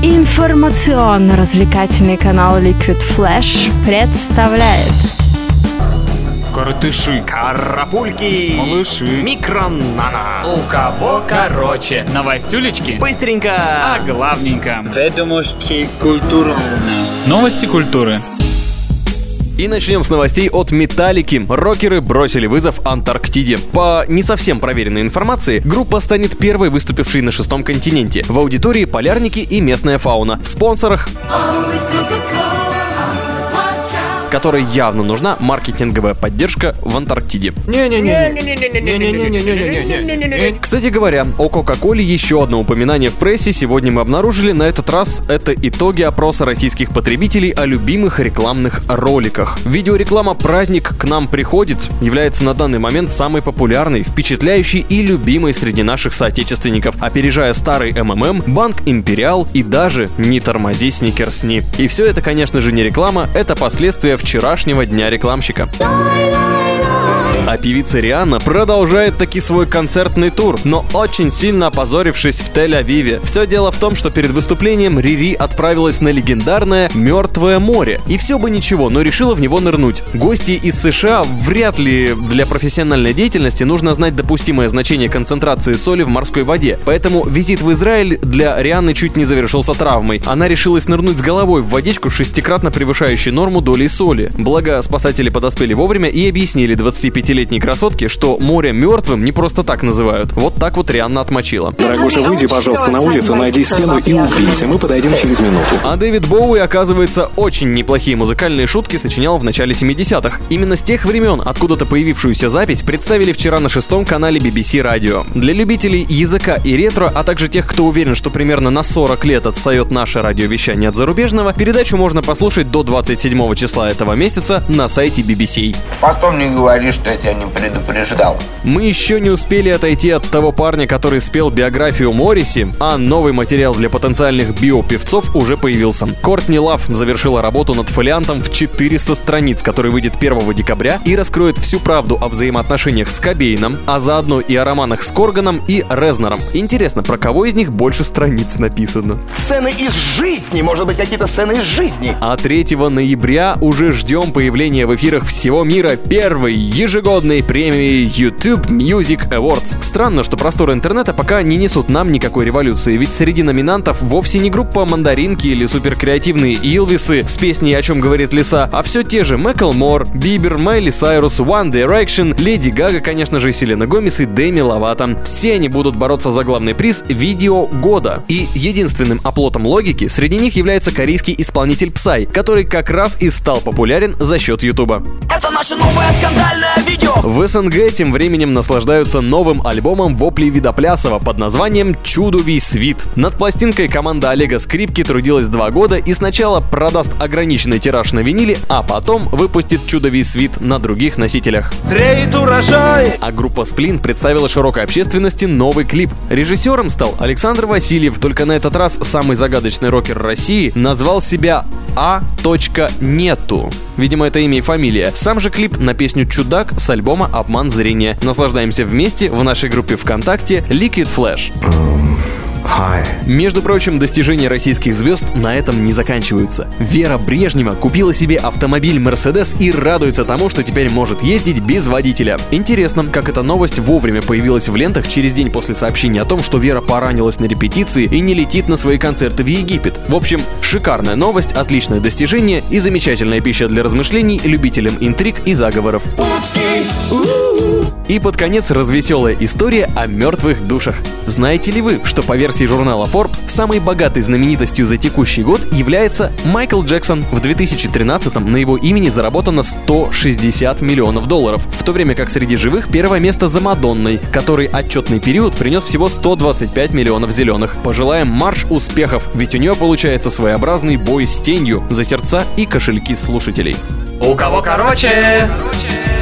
Информационно-развлекательный канал Liquid Flash представляет Коротыши, карапульки, малыши, микронано. У кого короче? Новостюлечки? Быстренько, А главненько. Ведомости культуры. Новости культуры. И начнем с новостей от Металлики. Рокеры бросили вызов Антарктиде. По не совсем проверенной информации, группа станет первой выступившей на 6-м континенте. В аудитории полярники и местная фауна. В спонсорах, которой явно нужна маркетинговая поддержка в Антарктиде. Кстати говоря, о Кока-Коле еще одно упоминание в прессе сегодня мы обнаружили. На этот раз это итоги опроса российских потребителей о любимых рекламных роликах. Видеореклама «Праздник к нам приходит» является на данный момент самой популярной, впечатляющей и любимой среди наших соотечественников, опережая старый МММ, Банк Империал и даже «Не тормози, Сникерсни». И все это, конечно же, не реклама, это последствия вчерашнего дня рекламщика. А певица Рианна продолжает таки свой концертный тур, но очень сильно опозорившись в Тель-Авиве. Все дело в том, что перед выступлением Рири отправилась на легендарное Мертвое море. И все бы ничего, но решила в него нырнуть. Гости из США вряд ли для профессиональной деятельности нужно знать допустимое значение концентрации соли в морской воде. Поэтому визит в Израиль для Рианны чуть не завершился травмой. Она решилась нырнуть с головой в водичку, 6-кратно превышающей норму долей соли. Благо, спасатели подоспели вовремя и объяснили 25-летней красотке, что море мертвым не просто так называют. Вот так вот Рианна отмочила. Дорогуша, выйди, пожалуйста, на улицу, найди стену и убейся. Мы подойдем через минуту. А Дэвид Боуи, оказывается, очень неплохие музыкальные шутки сочинял в начале 70-х. Именно с тех времен откуда-то появившуюся запись представили вчера на 6-м канале BBC Radio. Для любителей языка и ретро, а также тех, кто уверен, что примерно на 40 лет отстает наше радиовещание от зарубежного, передачу можно послушать до 27 числа этого месяца на сайте BBC. Потом не говори, что я тебя не предупреждал. Мы еще не успели отойти от того парня, который спел биографию Морриси, а новый материал для потенциальных биопевцов уже появился. Кортни Лав завершила работу над фолиантом в 400 страниц, который выйдет 1 декабря и раскроет всю правду о взаимоотношениях с Кобейном, а заодно и о романах с Корганом и Резнером. Интересно, про кого из них больше страниц написано? Сцены из жизни, может быть, какие-то сцены из жизни. А 3 ноября уже ждем появления в эфирах всего мира первой ежегодной премии YouTube Music Awards. Странно, что просторы интернета пока не несут нам никакой революции, ведь среди номинантов вовсе не группа Мандаринки или суперкреативные Илвисы с песней «О чем говорит лиса», а все те же Мэклмор, Бибер, Майли Сайрус, One Direction, Леди Гага, конечно же, Селена Гомес и Дэми Ловато. Все они будут бороться за главный приз «Видео года». И единственным оплотом логики среди них является корейский исполнитель Psy, который как раз и стал популярен за счет Ютуба. Это наше новое скандальное видео! В СНГ тем временем наслаждаются новым альбомом Вопли Видоплясова под названием «Чудовий свит». Над пластинкой команда Олега Скрипки трудилась 2 года и сначала продаст ограниченный тираж на виниле, а потом выпустит «Чудовий свит» на других носителях. Зреет урожай! А группа Сплин представила широкой общественности новый клип. Режиссером стал Александр Васильев, только на этот раз самый загадочный рокер России назвал себя А.Нету. Видимо, это имя и фамилия. Сам же клип на песню «Чудак» с альбома «Обман зрения». Наслаждаемся вместе в нашей группе ВКонтакте Liquid Flash. Между прочим, достижения российских звезд на этом не заканчиваются. Вера Брежнева купила себе автомобиль Mercedes и радуется тому, что теперь может ездить без водителя. Интересно, как эта новость вовремя появилась в лентах через день после сообщения о том, что Вера поранилась на репетиции и не летит на свои концерты в Египет. В общем, шикарная новость, отличное достижение и замечательная пища для размышлений любителям интриг и заговоров. И под конец развеселая история о мертвых душах. Знаете ли вы, что по версии журнала Forbes самой богатой знаменитостью за текущий год является Майкл Джексон? В 2013-м на его имени заработано $160 миллионов, в то время как среди живых первое место за Мадонной, который отчетный период принес всего 125 миллионов зеленых. Пожелаем марш успехов, ведь у нее получается своеобразный бой с тенью за сердца и кошельки слушателей. У кого короче?